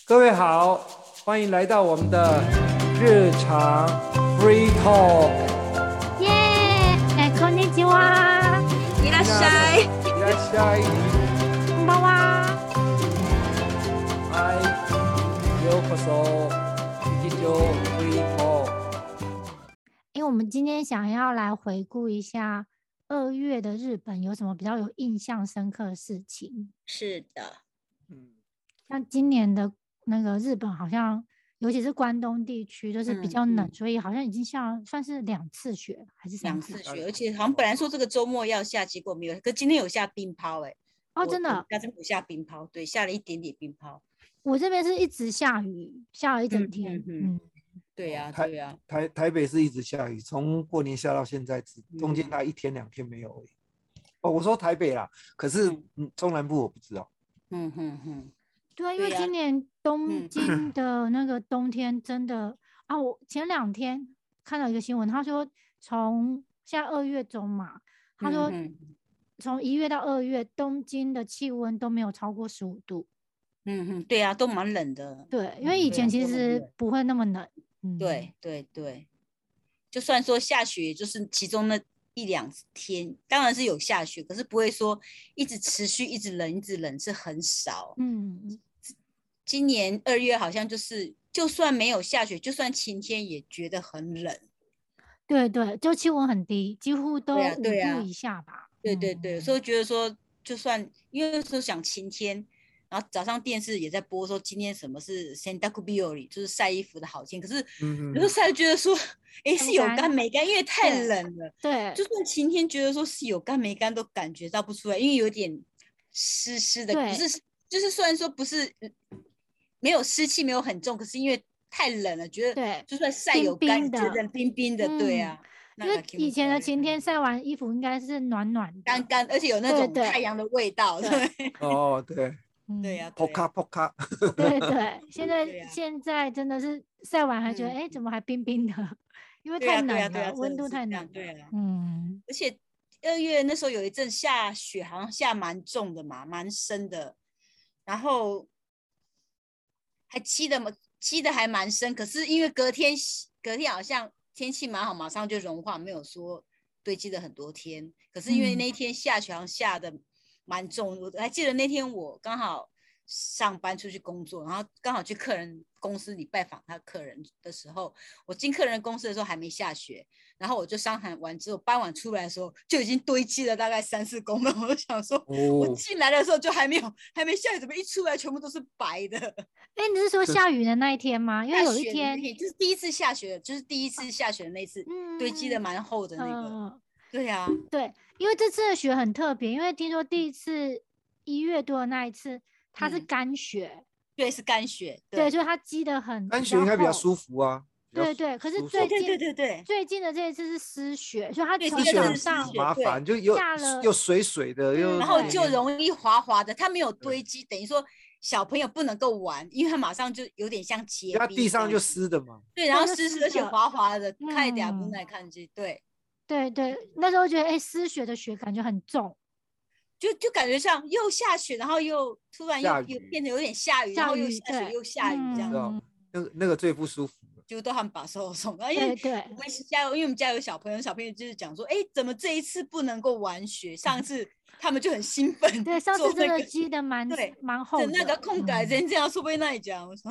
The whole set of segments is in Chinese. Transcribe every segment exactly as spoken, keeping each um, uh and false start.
各位好，欢迎来到我们的日常 free talk。 耶，哎，こんにちは。 いらっしゃい。 いらっしゃい。 こんばんは。 嗨，ようこそ日常 free talk。 因为我们今天想要来回顾一下二月的日本有什么比较有印象深刻的事情。 是的， 嗯， 像今年的那个日本好像，尤其是关东地区，就是比较冷， 嗯嗯所以好像已经下算是两次雪还是三次两次雪，而且好像本来说这个周末要下，结果没有。可今天有下冰雹哎、 哦，真的， 下这有下冰雹，对，下了一点点冰雹。 我这边是一直下雨，下了一整天。 嗯嗯嗯， 对呀、 台对呀、 台台北是一直下雨，从过年下到现在，只中间大概一天两天没有而已。哦，我说台北啦，可是嗯嗯中南部我不知道。 嗯哼哼， 对啊，因为对呀今年东嗯京的那个冬天真的啊，我前两天看到一个新闻，他说从现在二月中嘛，他说嗯哼从一月到二月，东京的气温都没有超过十五度。 嗯哼，对呀、都蛮冷的。 对，因为以对啊前其都很冷实不会那么冷。嗯， 对对对，就算说下雪，也就是其中那一两天，当然是有下雪，可是不会说一直持续一直冷一直冷，是很少。 嗯， 今年二月好像就是，就算没有下雪，就算晴天也觉得很冷。 对对，就气温很低，几乎都对呀、 五对呀、 度以下吧。 对对对， 嗯所以觉得说，就算因为有时候想晴天，然后早上电视也在播说今天什么是 Sendaku Biori，就是晒衣服的好天。可是嗯有时候晒觉得说，哎，是有干不干干没干，因为太对冷了。 对就算晴天，觉得说是有干没干都感觉到不出来，因为有点湿湿的，不对是就是虽然说不是没有湿气没有很重，可是因为太冷了，觉得对， 就算晒有干， 冰冰的觉得冰冰的，对嗯啊。 因为以前的晴天晒完衣服应该是暖暖的， 干干，而且有那种对对太阳的味道， 对对哦，对， 嗯对呀， 扑对呀， 卡扑卡。 对对，现在、 对呀现在真的是晒完还觉得， 嗯哎、怎么还冰冰的？因为对呀，对呀， 太冷了， 对呀， 温度真的是这样， 太冷了。 对啊。 嗯， 而且二月那时候有一阵下雪，好像下蛮重的嘛，蛮深的，然后还积的嘛，积的还蛮深。可是因为隔天隔天好像天气蛮好，马上就融化，没有说堆积了很多天。可是因为嗯那一天下雪好像下的蛮重，我还记得那天我刚好上班出去工作，然后刚好去客人公司里拜访他客人的时候，我进客人公司的时候还没下雪，然后我就商谈完之后，傍晚出来的时候就已经堆积了大概三四公分，我就想说，我哦， 进来的时候就还没有还没下雨，怎么一出来全部都是白的？ 哎、你是说下雨的那一天吗？因为有一下雪的天那，天就是第一次下雪，就是第一次下雪的那次， 嗯， 堆积的蛮厚的那个。 嗯对呀、啊， 对，因为这次的雪很特别，因为听说第一次一月多的那一次，它是嗯干雪， 对，是干雪， 对， 对， 所以它积的很干雪应该比较舒服啊。 对对，可是舒最对近对对对最近的这一次是湿雪，所以它对， 从第一个是早上湿雪， 麻烦， 对， 就又下了又水水的， 对又然后对就容易滑滑的，它没有堆积，等于说小朋友不能够玩，因为它马上就有点像结它冰， 地上就湿的嘛。 对，然后对就湿湿而且湿的滑滑的，看一点不嗯耐看去，对， 对对，那时候觉得哎，湿雪的雪感觉很重， 就就感觉像又下雪，然后又突然又下雨又变成有点下雨，然后又下雨对下雪又下雨这样知，道嗯， 那个那个最不舒服了。 就都很把手送。然后因为对对我们家有，因为我们家有小朋友，小朋友就是讲说，哎，怎么这一次不能够玩雪？上次他们就很兴奋， 对，上次做那个真的积的蛮对蛮厚的， 整那个空改嗯真这样，说不定那里讲，我说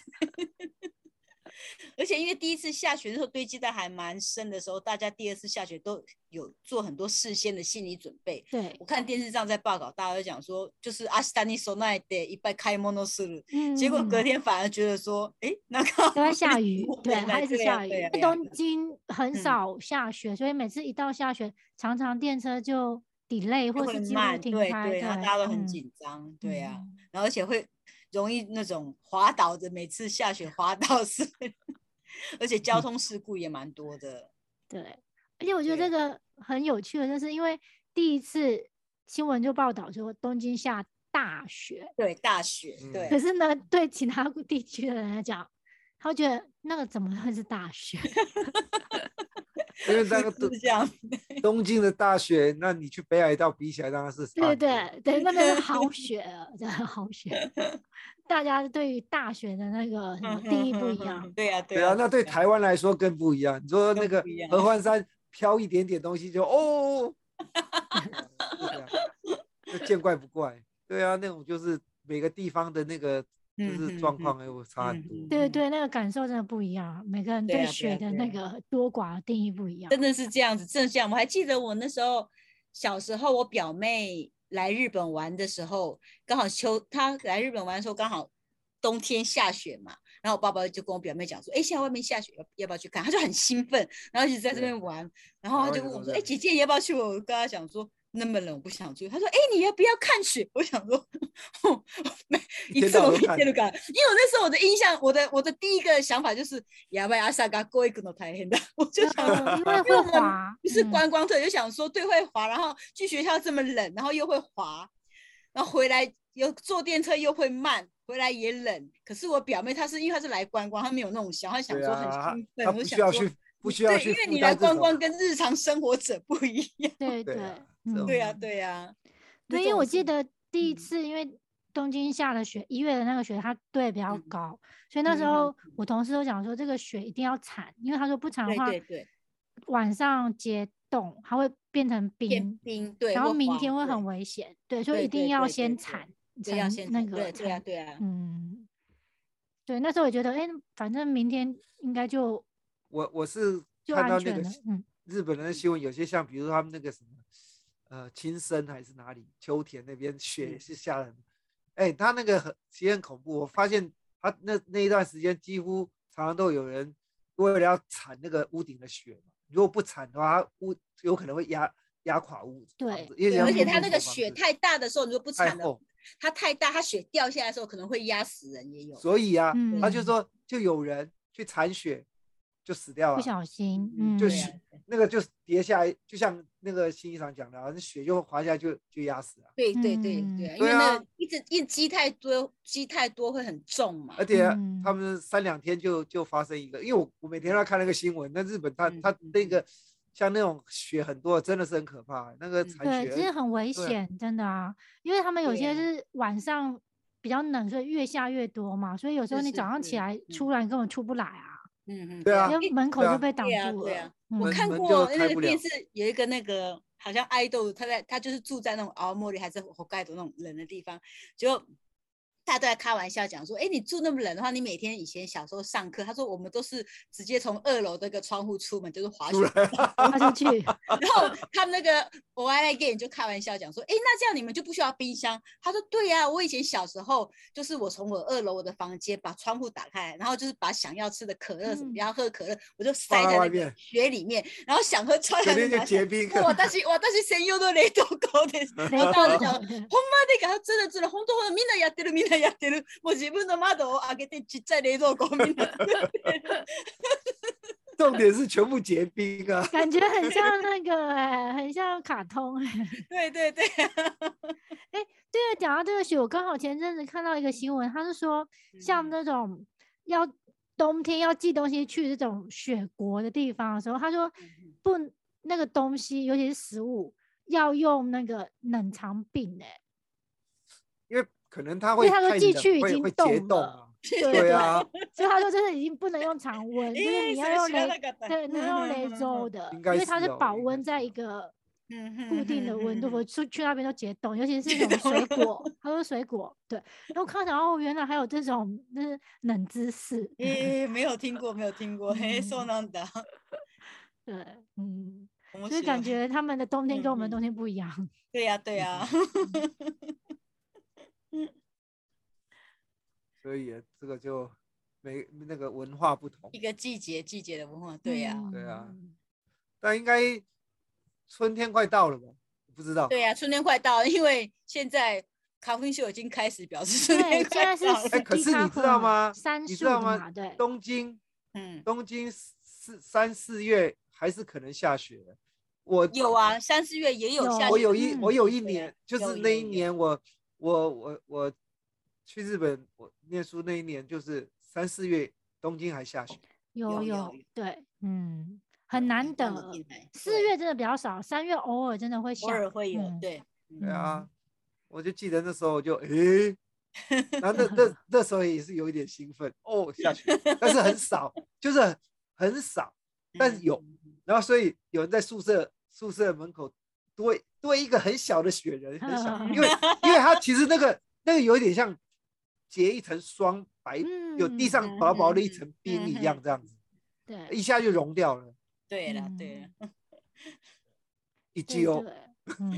而且因为第一次下雪的时候堆积的还蛮深的时候，大家第二次下雪都有做很多事先的心理准备。 对， 我看电视上在报道，大家都讲说，就是阿斯丹尼索奈的一拜开モノする， 嗯， 结果隔天反而觉得说，哎，那个都在下雨，对， 它它一直下雨。因为东京很嗯少下雪，所以每次一到下雪，常常电车就 delay 就或是几乎会慢， 停开， 对对， 对， 然后大家都很嗯紧张，对啊， 嗯然后而且会容易那种滑倒的，每次下雪滑倒是，而且交通事故也蛮多的。 对，而且我觉得这对个很有趣的，就是因为第一次新闻就报道说东京下大雪， 对，大雪， 嗯对可，是呢，对其他地区的人来讲，他会觉得那个怎么会是大雪？ 因为那个是这样。 东京的大雪，那你去北海道比起来当然是差对很多。 对对，那边是好雪了，真的好雪。大家对于大雪的那个什么定义不一样。 对呀、 对啊，那对台湾来说更不一样。你说那个更不一样合欢山飘一点点东西就哦，就这样，就见怪不怪。对啊，那种就是每个地方的那个就是状况又差很多。 对对，那个感受真的不一样，每个人对对啊雪的那对啊个多寡的定义不一样。 真的是这样子，真的是这样。我还记得我那时候小时候，我表妹来日本玩的时候，刚好秋，她来日本玩的时候刚好冬天下雪嘛，然后我爸爸就跟我表妹讲说，哎，现在外面下雪，要要不要去看？她就很兴奋，然后一直在这边玩，然后她就问我说，哎，姐姐你要不要去？我跟她讲说。那么冷，我不想去。她说：“哎、欸，你要不要看雪？”我想说，没一次都没见到感。因为我那时候我的印象，我的我的第一个想法就是，やばい朝が来るの大変だ。我就想说， 嗯、因为会滑， 不是观光特，嗯、就想说对会滑，然后去学校这么冷，然后又会滑，然后回来又坐电车又会慢，回来也冷。可是我表妹她是因为她是来观光，她没有那种想，她想说很兴奋， 她不需要去。不需要去， 因为你来观光跟日常生活者不一样。 对对， 嗯、对呀、啊、对呀、啊。 对，因为我记得第一次，因为东京下的雪，一月的那个雪，它对比较高，嗯、所以那时候我同事都讲说，这个雪一定要铲，因为他说不铲的话， 对对对， 晚上结冻，它会变成冰， 变冰，对， 然后明天会很危险，对，所以一定要先铲， 对，要先那个， 对对啊对啊， 嗯，对，那时候我觉得，哎，反正明天应该就。 我我是看到那个日本人的新闻，有些像比如说他们那个什么，呃，青森还是哪里，秋田那边雪是下了，哎、嗯，他那个很其实很恐怖。我发现他那那一段时间几乎常常都有人为了要铲那个屋顶的雪嘛，如果不铲的话，屋有可能会压压垮屋子。 对， 而且他那个雪太大的时候，你就不铲的，它太大，它雪掉下来的时候可能会压死人，也有。 所以啊， 嗯、 他就说就有人去铲雪。就死掉了， 不小心，嗯， 就那个就跌下来，就像那个新衣裳讲的，那雪就滑下来就就压死了。 对对对对、啊，因为那个一直一积太多，积太多会很重嘛。 而且他们三两天就就发生一个，因为我我每天都要看那个新闻，那日本他他那个像那种雪很多，真的是很可怕，那个铲雪， 对，其实很危险，真的啊，因为他们有些是晚上比较冷，所以越下越多嘛，所以有时候你早上起来出来根本出不来啊。 嗯嗯， 对啊， 门口就被挡住了。 对啊，我看过那个电视，有一个那个好像爱豆，他在他就是住在那种青森还是北海道那种冷的地方，就大家都在开玩笑讲说，哎，你住那么冷的话，你每天以前小时候上课，他说我们都是直接从二楼那个窗户出门，就是滑雪滑出去。 然后他们那个我爱来 gay 就开玩笑讲说，哎，那这样你们就不需要冰箱。他说对呀、啊，我以前小时候就是我从我二楼我的房间把窗户打开，然后就是把想要吃的可乐什么，要、嗯、喝可乐，我就塞在那个雪里面，然后想喝出来肯定就结冰。 我但是我但是専用の冷凍庫です。然後大家就講ほんまでか真的真的本当みんなやってるみんなやってる。もう自分の窓を開けてちっちゃい冷蔵庫みんな。 重点是全部结冰啊， 感觉很像那个哎、欸，很像卡通哎、欸。 对对对。哎、 欸，对了，讲到这个雪，我刚好前阵子看到一个新闻，他是说像那种要冬天要寄东西去这种雪国的地方的时候，他说不那个东西，尤其是食物要用那个冷藏病哎、欸， 因为可能他会， 他说寄去已经冻了。 对啊， 所以他说真的已经不能用常温，就是你要用雷，对，能用雷州的，因为它是保温在一个固定的温度，我出去那边都结冻，尤其是那种水果，他说水果，对，然后看到哦，原来还有这种就是冷知识， 诶，没有听过，没有听过，嘿，そうなんだ， 对，嗯，所以感觉他们的冬天跟我们的冬天不一样， 对呀，对呀。 所以这个就每那个文化不同， 一个季节季节的文化，对呀、啊， 对啊。但应该春天快到了吧？不知道。 对呀、啊，春天快到了，因为现在咖啡秀已经开始表示春天快到了。 哎，可是你知道吗？你知道吗？ 对， 东京， 嗯， 东京四三四月还是可能下雪的。我有啊，三四月也有下雪。 我有一、嗯、我有一年，啊、就是那一年我我我我。去日本我念书那一年，就是三四月，东京还下雪。 有有对，嗯， 很难得。四月真的比较少，三月偶尔真的会下， 偶尔会有， 嗯、 对。 对啊，我就记得那时候我就诶，然后那那那时候也是有一点兴奋哦下去，但是很少，就是很很少，但是有，然后所以有人在宿舍宿舍门口堆堆一个很小的雪人，很小，因为因为它其实那个那个有点像结一层霜白， 嗯、 有地上薄薄的一层冰一样这样子， 对， 一下就融掉了。 对了对了， 一揪。 嗯，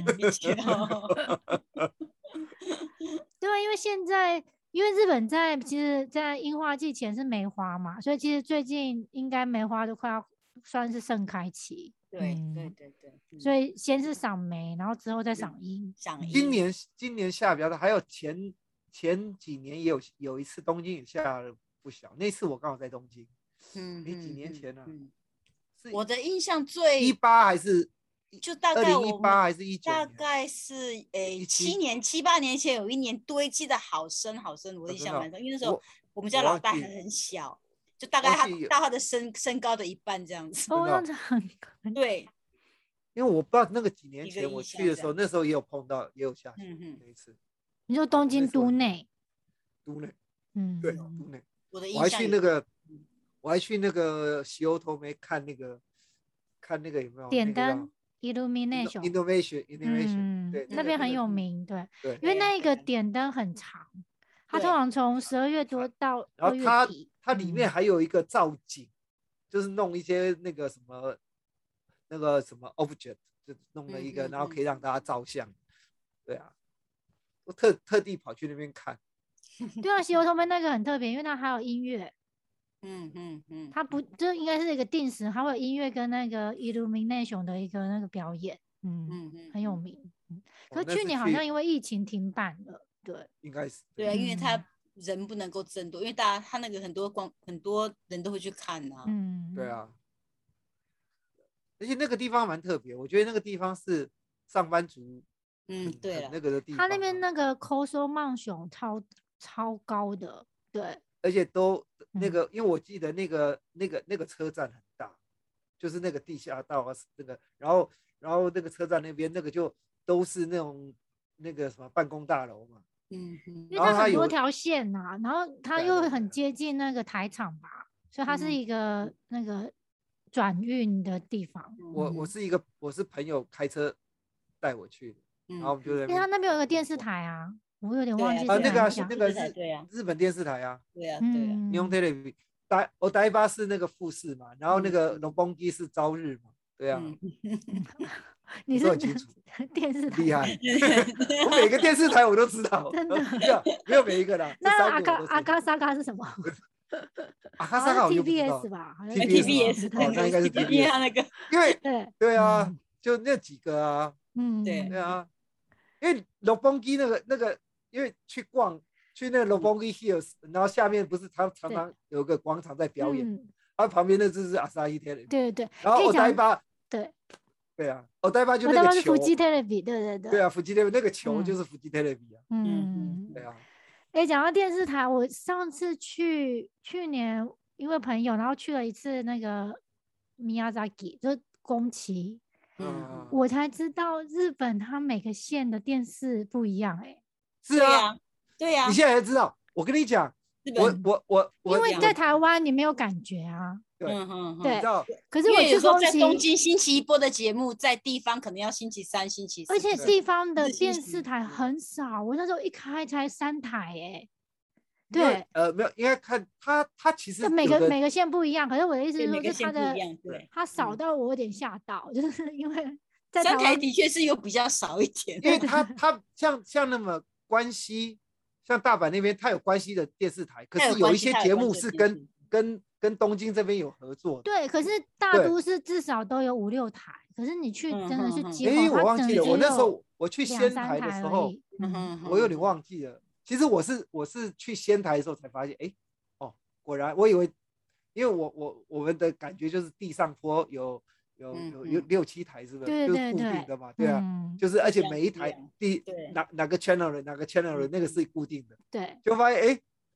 对，因为现在因为日本在其实，在樱花季前是梅花嘛，所以其实最近应该梅花都快要算是盛开期。 对、嗯、对对对， 嗯、所以先是赏梅，然后之后再赏樱。 赏樱。 今年今年下比较大，还有前前几年也有有一次东京也下了不小，那次我刚好在东京。嗯，你几年前啊？嗯、 是我的印象最一八还是？ 就大概二零一八还是一九？ 大概是诶七年七八年前有一年堆积的好深好深，我印象蛮深，因为那时候我们家老大还很小，就大概他到他的身身高的一半这样子。 哦，那很对， 因为我不知道那个几年前我去的时候，那时候也有碰到，也有下雪、嗯、那一次。 你说东京都内？ 都内， 嗯， 对，都内。 我的印象，我还去那个，我还去那个西欧头梅看那个，看那个有没有点灯。Illumination Innovation Innovation、 嗯、 对， 那边很有名，对， 对， 因为那个点灯很长，它通常从十二月多到二月底。 然后它它里面还有一个造景，嗯、就是弄一些那个什么那个什么 object， 就弄了一个，嗯、然后可以让大家照相。对啊，我特特地跑去那边看。 对啊，西欧他们那个很特别，因为它还有音乐。 嗯嗯嗯， 它不，这应该是一个定时，还会有音乐跟那个 illumination 的一个那个表演，嗯嗯嗯，很有名。嗯，可是去年好像因为疫情停办了，对， 应该是对啊，因为他人不能够增多，因为大家他那个很多光很多人都会去看啊， 嗯， 对啊，而且那个地方蛮特别，我觉得那个地方是上班族， 嗯，对了， 那个的地方， 他那边那个 Coso 曼熊超超高的，对。 而且都那个，嗯、因为我记得那个那个那个车站很大，就是那个地下道啊，那个，然后然后那个车站那边那个就都是那种那个什么办公大楼嘛， 嗯，因为它很多条线呐、啊，然后它又很接近那个台场吧，所以它是一个那个转运的地方。 嗯、我我是一个我是朋友开车带我去的，嗯、然后我们就在那边， 因为他那边有个电视台啊。我有点忘记啊，那个、啊、那个是对啊， 日本电视台啊， 对啊，对啊。 日本テレビ，台我台巴是那个富士嘛，然后那个龙邦基是朝日嘛，对啊。 你是很清楚， 电视台厉害，我每个电视台我都知道， 真的没有没有每一个啦。 那阿卡阿卡萨卡是什么？ 阿卡萨卡我就不知道 ，T B S 吧 ，T B S， 哦，那应该是 T B S 那个， 因为对对啊，就那几个啊， 嗯， 对对啊，因为龙邦基那个那个。因为去逛去那个 Roppongi Hills， 然后下面不是他常常有个广场在表演，然后旁边那只是 Asahi Terebi， 对对， 然后 Odaiba， 对对啊 Odaiba 就那个球 ，Fuji Terebi， 对对对， 对啊 Fuji Terebi 那个球就是 Fuji Terebi 啊， 嗯， 对啊。 哎，讲到电视台，我上次去去年因为朋友，然后去了一次那个 Miyazaki， 就是宫崎，嗯，我才知道日本它每个县的电视不一样，哎。 是啊， 对呀、啊， 你现在才知道。我跟你讲，我我我我， 因为在台湾你没有感觉啊。 对， 嗯嗯， 对。可是我有时候在东京星期一播的节目，在地方可能要星期三、星期四， 而且地方的电视台很少。我那时候一开才三台、欸，哎，对， 呃，没有，应该看它，它其实每个每个县不一样。可是我的意思是说， 就是它的， 对， 它少到我有点吓到，就是因为在三台的确是有比较少一点， 因为它它像像那么。关西像大阪那边，它有关西的电视台，可是有一些节目是跟跟跟东京这边有合作的。 对，可是大都市至少都有五六台，可是你去真的是几乎， 哎，我忘记了，我那时候我去仙台的时候， 嗯、 我有点忘记了。其实我是我是去仙台的时候才发现，哎，哦，果然我以为，因为我我我们的感觉就是地上坡有。有有有六七台是不是？ 对对对， 就是固定的嘛，对啊，嗯、就是而且每一台第哪哪个 channel 哪个 channel 那个是固定的， 对， 就发现哎哎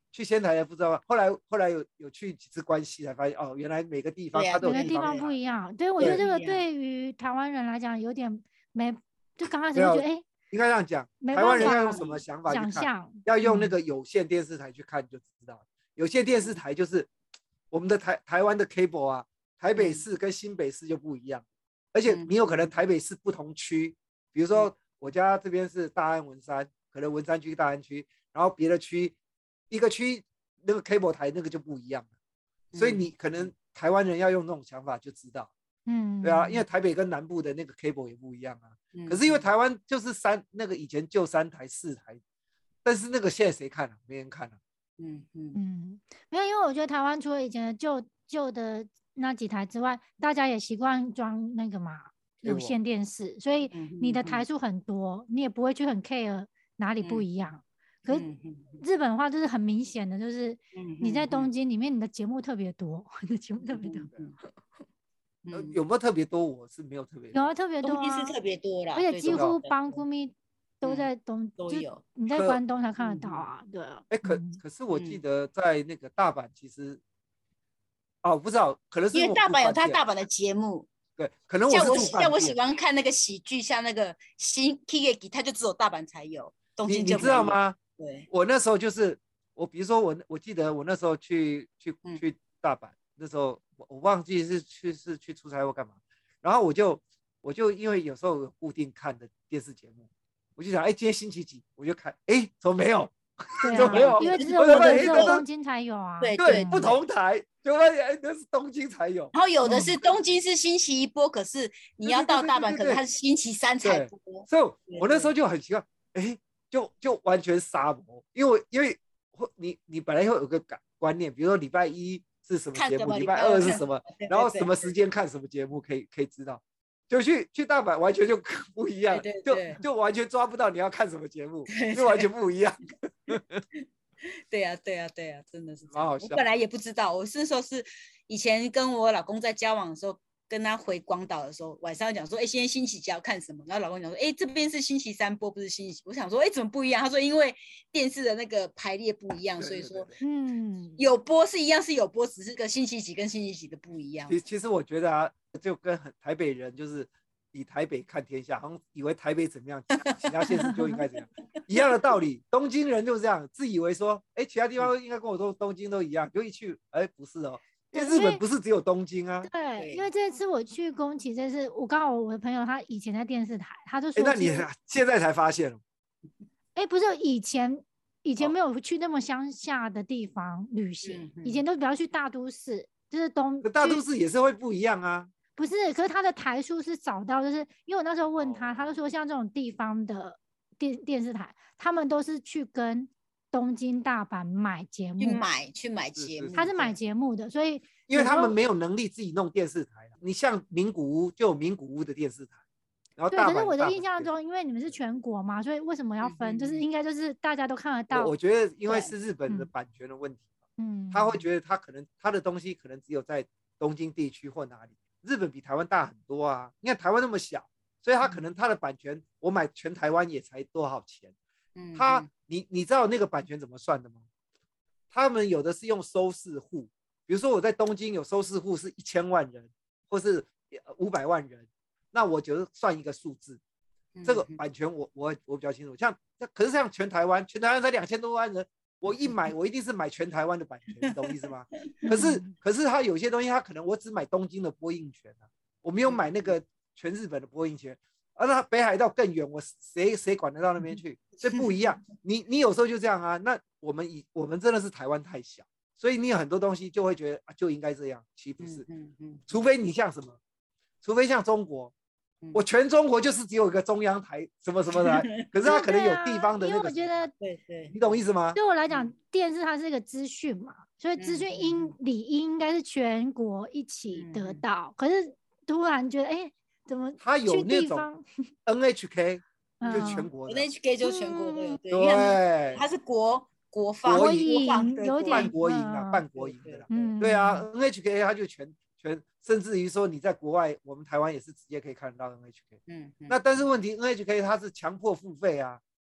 去仙台也不知道，后来后来有有去几次关西才发现，哦，原来每个地方它都有每个地方不一样。对，我觉得这个对于台湾人来讲有点没，就刚开始会觉得，哎， 应该这样讲，台湾人要用什么想法去看？ 想象要用那个有线电视台去看就知道了。有线电视台就是我们的台台湾的 cable 啊，台北市跟新北市就不一样，而且你有可能台北市不同区，比如说我家这边是大安文山，可能文山区大安区，然后别的区一个区那个 cable 台那个就不一样了，所以你可能台湾人要用那种想法就知道，嗯，对啊，因为台北跟南部的那个 cable 也不一样啊，嗯，可是因为台湾就是三那个以前就三台四台，但是那个现在谁看啊？没人看啊。 嗯嗯嗯，没有，因为我觉得台湾除了以前的旧旧的那几台之外，大家也习惯装那个嘛有线电视，所以你的台数很多，你也不会去很 care 哪里不一样。可是日本的话就是很明显的，就是你在东京里面，你的节目特别多，你的节目特别多。 呃，有没有特别多？我是没有特别多。 有啊，特别多啊， 东京是特别多啦， 而且几乎帮咕咪都在东， 都有。 你在关东才看得到啊，对啊。 哎，可可是我记得在那个大阪，其实，哦，不知道，可能是因为大阪有他大阪的节目。 对，可能我是住饭店。 像我喜欢看那个喜剧，像那个新 Kigeki， 他就只有大阪才有，东京就没有。 你知道吗？ 对， 我那时候就是我，比如说我，我记得我那时候去去去大阪，那时候我我忘记是去是去出差或干嘛，然后我就我就因为有时候有固定看的电视节目。我就想，哎，今天星期几？我就看，哎，怎么没有？ 对啊， 怎么没有？ 因为只有我的只有东京才有啊。 对对，不同台，就发现哎，那是东京才有。 然后有的是东京是星期一播，可是你要到大阪，可能它是星期三才播。 所以，我那时候就很奇怪，哎，就就完全杀魔，因为因为你你本来会有个观念，比如说礼拜一是什么节目，礼拜二是什么，然后什么时间看什么节目，可以可以知道。就去去大阪完全就不一样， 对对对就就完全抓不到你要看什么节目，就完全不一样。 对呀、啊、对呀、啊、对呀、啊，真的是蛮好笑。 我本来也不知道，我是说是以前跟我老公在交往的时候，跟他回广岛的时候，晚上讲说，哎，今天星期几要看什么？然后老公讲说，哎，这边是星期三播，不是星期几。我想说，哎，怎么不一样？他说，因为电视的那个排列不一样，所以说，嗯，有播是一样是有播，只是个星期几跟星期几的不一样。 其其实我觉得啊，就跟很台北人就是以台北看天下，好像以为台北怎么样，其他县市就应该怎样，一样的道理。东京人就是这样，自以为说，哎，其他地方应该跟我说东京都一样，就一去，哎，不是哦。因为日本不是只有东京啊。 对，因为这次我去宫崎，这次我刚好我的朋友他以前在电视台，他就说， 那你现在才发现了？ 哎，不是以前以前没有去那么乡下的地方旅行，以前都比较去大都市，就是东。 大都市也是会不一样啊。 不是，可是他的台数是找到，就是因为我那时候问他，他就说像这种地方的电电视台，他们都是去跟东京、大阪买节目， 去买去买节目， 他是买节目的，所以因为他们没有能力自己弄电视台。你像名古屋就有名古屋的电视台，然后对，可是我的印象中，因为你们是全国嘛，所以为什么要分？嗯、就是应该就是大家都看得到。 我, 我觉得因为是日本的版权的问题，嗯，他会觉得他可能他的东西可能只有在东京地区或哪里。日本比台湾大很多啊，你看台湾那么小，所以他可能他的版权，我买全台湾也才多少钱。嗯，他你你知道那个版权怎么算的吗？他们有的是用收视户，比如说我在东京有收视户是一千万人，或是五百万人，那我就算一个数字，这个版权我我我比较清楚。像可是像全台湾，全台湾才两千多万人。我一买，我一定是买全台湾的版权，你懂意思吗？可是，可是他有些东西，他可能我只买东京的播映权啊，我没有买那个全日本的播映权。而、啊、那北海道更远，我谁谁管得到那边去？这不一样。你你有时候就这样啊。那我们以我们真的是台湾太小，所以你有很多东西就会觉得、啊、就应该这样，其实不是。嗯嗯。除非你像什么，除非像中国。我全中国就是只有一个中央台什么什么台，可是它可能有地方的那个、 啊、因为我觉得对对， 你懂意思吗？ 对我来讲，电视它是一个资讯嘛，所以资讯应理应应该是全国一起得到。嗯、可是突然觉得，哎，怎么它有那种 N H K 就全国的 ，N H K 就全国都有，对， 对， 它是国国放国营，有点半国营啊，半国营的啦，对啊 ，N H K 它就全全。甚至于说你在国外，我们台湾也是直接可以看得到 N H K。嗯，那但是问题 N H K 它是强迫付费啊，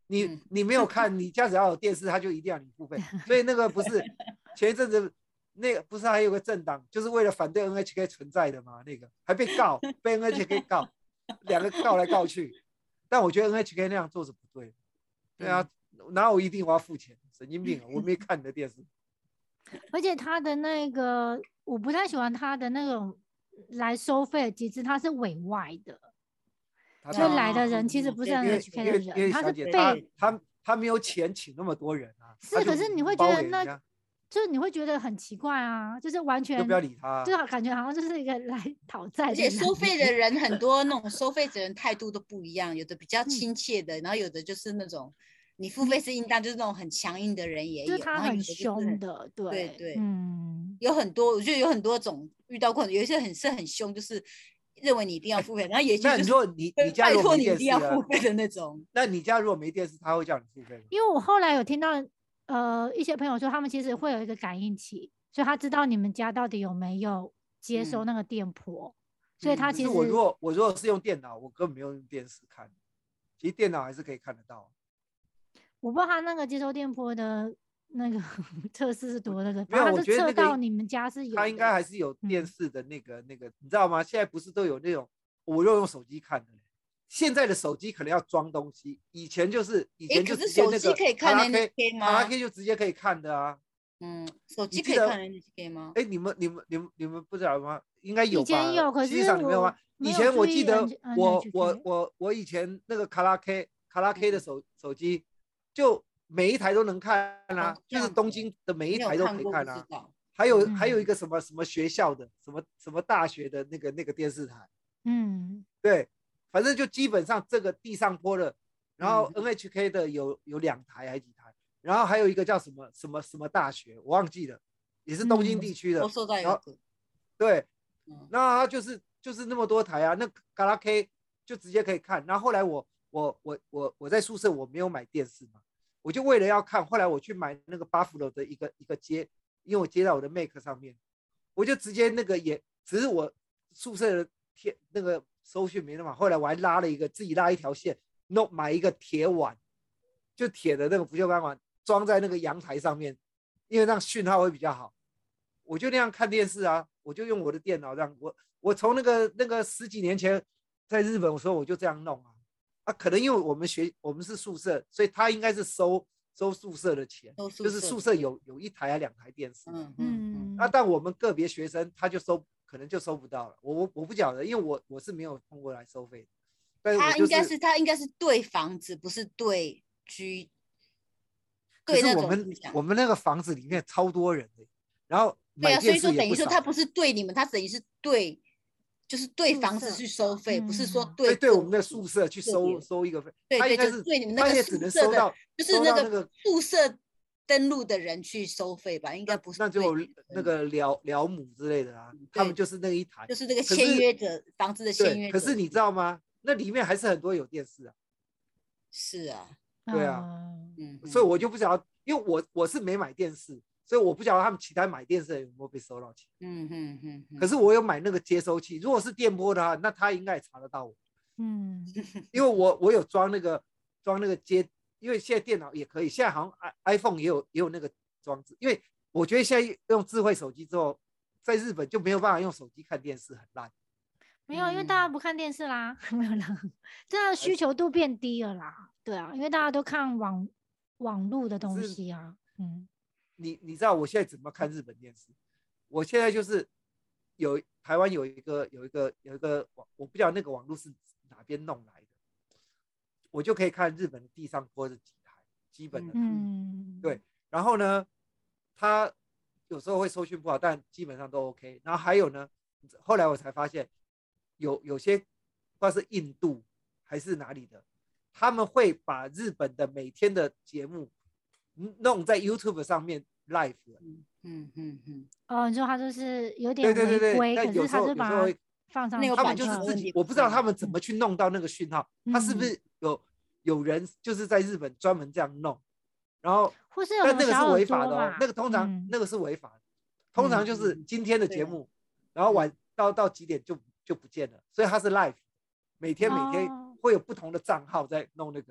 你嗯你没有看，你家只要有电视，他就一定要你付费。所以那个不是前一阵子那个不是还有个政党，就是为了反对 N H K 存在的嘛？那个还被告，被 N H K 告，两个告来告去。但我觉得 N H K 那样做是不对的。对啊，哪有一定我要付钱？神经病啊！我没看你的电视。 而且他的那个，我不太喜欢他的那种来收费的机制，他是委外的，所以来的人其实不是 N H K 的人，他是被他他没有钱请那么多人啊。 是，可是你会觉得那，就是你会觉得很奇怪啊，就是完全就不要理他， 就感觉好像就是一个来讨债的。 而且收费的人很多，那种收费的人态度都不一样，有的比较亲切的，然后有的就是那种。你付费是应当，就是那种很强硬的人也有， 就是他很凶的，对对对， 嗯， 有很多，我觉得有很多种遇到过，有一些很是很凶，就是认为你一定要付费，然后有一些就是那你说你你家如果没电视， 拜托你一定要付费的那种。 那你家如果没电视，他会叫你付费吗？ 因为我后来有听到呃一些朋友说，他们其实会有一个感应器，所以他知道你们家到底有没有接收那个电波，嗯、所以他其实我如果我如果是用电脑，我根本没有用电视看，其实电脑还是可以看得到。 我不知道他那个接收电波的那个测试是多那个， 没有，我觉得测到你们家是有， 他应该还是有电视的那个、嗯、那个，你知道吗？现在不是都有那种，我又用手机看的，现在的手机可能要装东西，以前就是以前就直接那个， 手机可以看 N H K 吗？ 卡拉 OK 就直接可以看的啊。 嗯，手机可以看 N H K 吗？ 哎，你们你们你们你们不知道吗？应该有吧？ 以前有，可是实际上你没有吗？以前我记得我我我我以前那个卡拉 OK 卡拉 OK 的手、嗯、手机就。每一台都能看啊，哦、就是东京的每一台都可以看啊。还有、嗯、还有一个什么什么学校的，什么什么大学的那个那个电视台， 嗯， 对，反正就基本上这个地上播的，然后 N H K 的有有两台还几台，然后还有一个叫什么什么什么大学，我忘记了，也是东京地区的。 我收到一个。对，嗯、那它就是就是那么多台啊，那卡拉 OK 就直接可以看。然后后来我我我我我在宿舍我没有买电视嘛。我就为了要看，后来我去买那个 Buffalo 的一个一个接，因为我接到我的 Mac 上面，我就直接那个也，只是我宿舍的贴那个收讯没那么好，后来我还拉了一个自己拉一条线，弄买一个铁碗，就铁的那个不锈钢碗，装在那个阳台上面，因为让讯号会比较好。我就那样看电视啊，我就用我的电脑这样，我我从那个那个十几年前在日本的时候我就这样弄啊。啊，可能因为我们学我们是宿舍，所以他应该是收收宿舍的钱，就是宿舍有有一台啊两台电视， 嗯嗯啊，但我们个别学生他就收，可能就收不到了。我我我不晓得，因为我我是没有通过来收费的。但是、就是、 他应该是他应该是对房子，不是对居。对那种我们我们那个房子里面超多人的，然后买电视也不少。对啊，所以说等于说他不是对你们，他等于是对。就是对房子去收费，不是说对对我们的宿舍去收收一个费， 对对，应该是对你们那个宿舍的，就是那个宿舍登录的人去收费吧，应该不是。 那就那个辽辽母之类的啊，他们就是那一台， 就是那个签约者房子的签约者。 可是你知道吗？那里面还是很多有电视啊。 是啊， 对啊，嗯，所以我就不晓得，因为我我是没买电视。所以我不晓得他们其他买电视的有没有被收到钱。 嗯嗯嗯。 可是我有买那个接收器，如果是电波的话，那他应该也查得到我。 嗯。 因为我我有装那个装那个接，因为现在电脑也可以，现在好像 iPhone 也有也有那个装置。因为我觉得现在用智慧手机之后，在日本就没有办法用手机看电视，很烂。 没有，因为大家不看电视啦，没有啦，这样的需求度变低了啦。对啊，因为大家都看网网络的东西啊。嗯。 你你知道我现在怎么看日本电视？我现在就是有台湾有一个有一个有一个网，我不知道那个网络是哪边弄来的，我就可以看日本的地上播的几台基本的， 嗯， 对。然后呢，它有时候会收讯不好，但基本上都 OK。然后还有呢，后来我才发现有有些不知道是印度还是哪里的，他们会把日本的每天的节目弄在 YouTube 上面 live 了。 嗯嗯嗯。 哦，你说他就是有点违规，可是他是把它放上， 他们就是自己，我不知道他们怎么去弄到那个讯号， 嗯、 他是不是有有人就是在日本专门这样弄，然后或是有但那个是违法的哦，那个通常、 嗯、 那个是违法的，通常就是今天的节目，嗯、然后晚到到几点就就不见了，所以它是 live， 每天每天会有不同的账号在弄那个。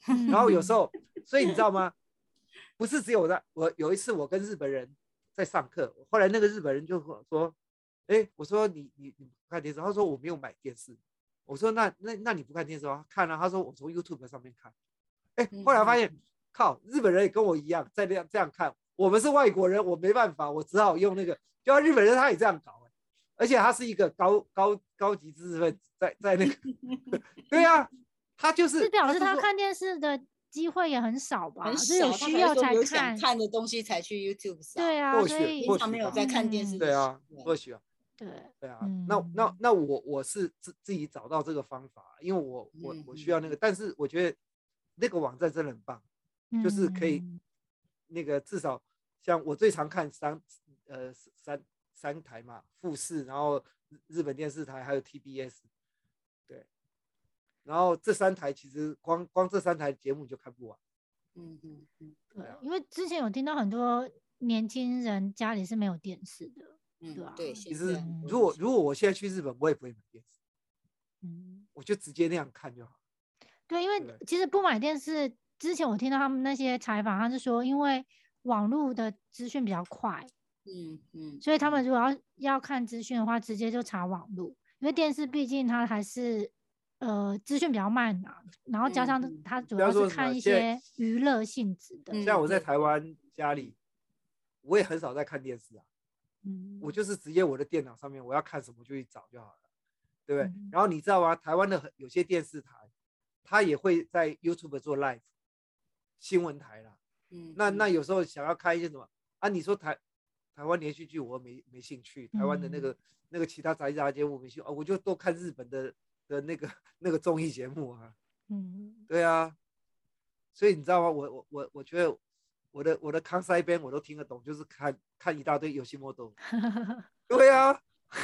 然后有时候，所以你知道吗？不是只有我，我有一次我跟日本人在上课，后来那个日本人就说：“哎，我说你你你不看电视？”他说：“我没有买电视。”我说：“那那那你不看电视吗？”看啊，他说：“我从 YouTube 上面看。”哎，后来发现，靠，日本人也跟我一样在这样这样看。我们是外国人，我没办法，我只好用那个。就日本人他也这样搞，而且他是一个高高高级知识分子，在在那个，对啊，他就是是表示他看电视的机会也很少吧？ 很少，有需要才看， 想看的东西才去 YouTube 上。 对啊， 或许平常没有在看电视。 对啊，或许啊。 对对啊，嗯、那那那我我是自自己找到这个方法，因为我我我需要那个，但是我觉得那个网站真的很棒，嗯、就是可以那个至少像我最常看三呃三三台嘛，富士，然后日本电视台还有 T B S， 对，然后这三台其实光光这三台节目就看不完， 嗯嗯嗯， 对，因为之前有听到很多年轻人家里是没有电视的。 嗯， 对啊， 对， 其实如果如果我现在去日本，我也不会买电视，嗯，我就直接那样看就好。 对，因为其实不买电视之前，我听到他们那些采访，他是说，因为网络的资讯比较快， 嗯嗯， 所以他们如果要要看资讯的话，直接就查网络，因为电视毕竟它还是呃资讯比较慢啊，然后加上它主要是看一些娱乐性质的。 像我在台湾家里，我也很少在看电视啊。嗯，我就是直接我的电脑上面我要看什么就去找就好了，对不对？嗯、然后你知道吗？台湾的有些电视台，它也会在 YouTube 做 live 新闻台啦。嗯，那那有时候想要看一些什么啊？你说台台湾连续剧我没没兴趣，台湾的那个、嗯、那个其他杂杂节目没兴趣、哦，我就多看日本的的那个那个综艺节目啊。嗯，对啊，所以你知道吗？我我我我觉得。我的我的康塞边我都听得懂，就是看看一大堆游戏摩托，对啊，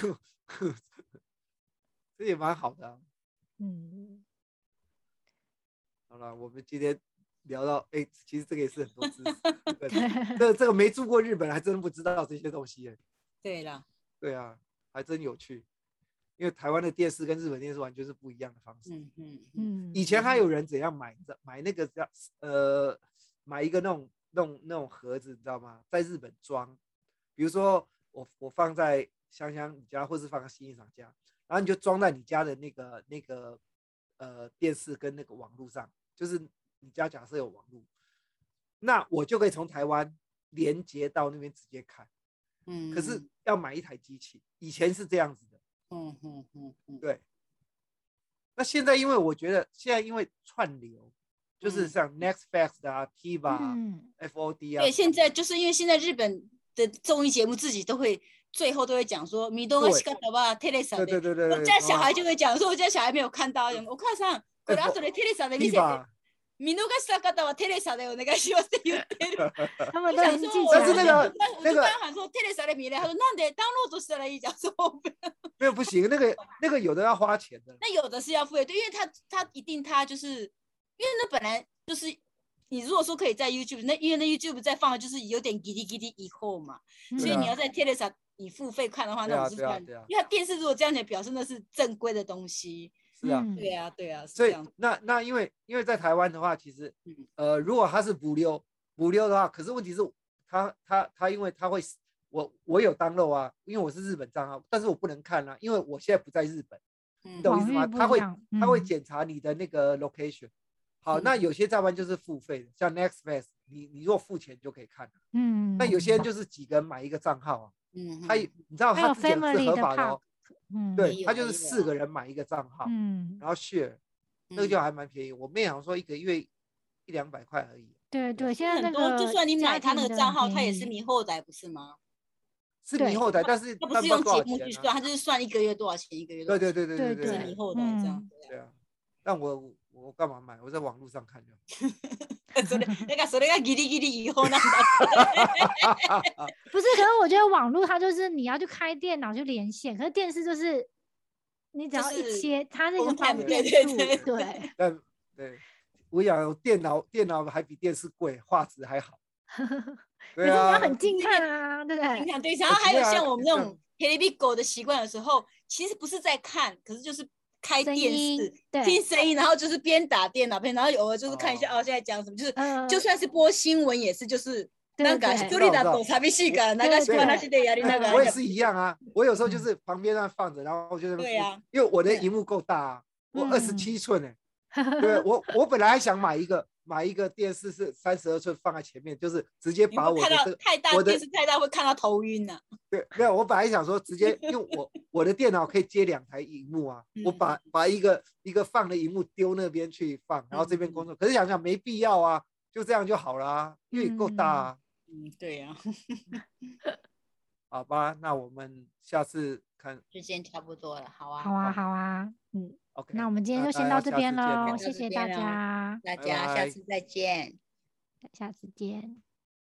这也蛮好的、啊。嗯，好了，我们今天聊到，哎、欸，其实这个也是很多知识，这这个没住过日本还真不知道这些东西、欸。 对啦， 对啊，还真有趣，因为台湾的电视跟日本电视完全是不一样的方式。嗯嗯嗯。以前还有人怎样买买那个呃买一个那种。那种那种盒子你知道吗？在日本装，比如说我我放在香香你家，或是放在欣赏家，然后你就装在你家的那个那个呃电视跟那个网络上，就是你家假设有网络，那我就可以从台湾连接到那边直接看。嗯，可是要买一台机器，以前是这样子的。嗯嗯嗯嗯，对。那现在因为我觉得现在因为串流。就是像 Netflix 啊、T V A 啊、嗯、F O D 啊。 对，现在就是因为现在日本的综艺节目自己都会最后都会讲说，米多が仕方はテレサで。 对对对对。 我家小孩就会讲说，我家小孩没有看到，お母さんこれ後でテレサで見せて。見逃した方はテレサでお願いしますって言ってる。 他们都已经记起来了。但是那个那个， 我就刚喊说テレサで見れ，他说なんでダウンロードしたらいいじゃん，说没有不行，那个那个有的要花钱的。 那有的是要付费，对，因为他他一定他就是。因为那本来就是你如果说可以在 YouTube， 那因为那 YouTube 再放的就是有点叽哩叽哩以后嘛，嗯、所以你要在 Telesa 你付费看的话，那我是看，啊啊啊、因为它电视如果这样子表示那是正规的东西。 是啊， 对啊，对啊， 所以那那因为因为在台湾的话，其实、嗯、呃，如果它是补流补流的话，可是问题是它它它因为它会我我有 download 啊，因为我是日本账号，但是我不能看啊，因为我现在不在日本，嗯、你懂意思吗？它会它会检查你的那个 location。好，那有些站湾就是付费的，像 Netflix， 你你如果付钱就可以看。嗯，那有些人就是几个人买一个账号啊，嗯，他你知道他自己是合法的哦，嗯，对，他就是四个人买一个账号，嗯，然后 share， 那个就还蛮便宜。我妹好像说一个月一两百块而已。 对对，现在那个就算你买他那个账号，他也是迷后台不是吗？ 是迷后台，但是他不是用节目去算，他就是算一个月多少钱，一个月多少钱。 对对对对对对，迷后台这样。 对啊，但我。我干嘛买？我在网络上看就好。それだからそれがギリギリ違法なんだ。 不是，可是我觉得网络它就是你要去开电脑去连线，可是电视就是你只要一切，它那个方便度，对。 但对，我想电脑电脑还比电视贵，画质还好。 对啊，可是你要很近看啊，对不对？ 近看对，然后还有像我们那种 T V B 狗的习惯的时候，其实不是在看，可是就是。 开电视对听声音，然后就是边打电脑边，然后偶尔就是看一下哦，哦现在讲什么，就是、呃、就算是播新闻也是就是那个一人だと寂しいから流しっぱなしでやりながら。 我也是一样啊，我有时候就是旁边那放着，然后就是对啊， 因为我的荧幕够大啊，我二十七寸哎，对我我本来还想买一个。买一个电视是三十二寸放在前面，就是直接把我的这个太大电视太大会看到头晕呢、啊。 对，没有，我本来想说直接，因为我我的电脑可以接两台荧幕啊，嗯、我把把一个一个放的荧幕丢那边去放，然后这边工作。嗯、可是想想没必要啊，就这样就好了、啊，因为够大啊。 嗯，对呀、 啊。好吧，那我们下次看。 时间差不多了，好啊。 好啊，好啊，嗯。 OK， 那我们今天就先到这边喽，谢谢大家， 大家下次再见， 下次见。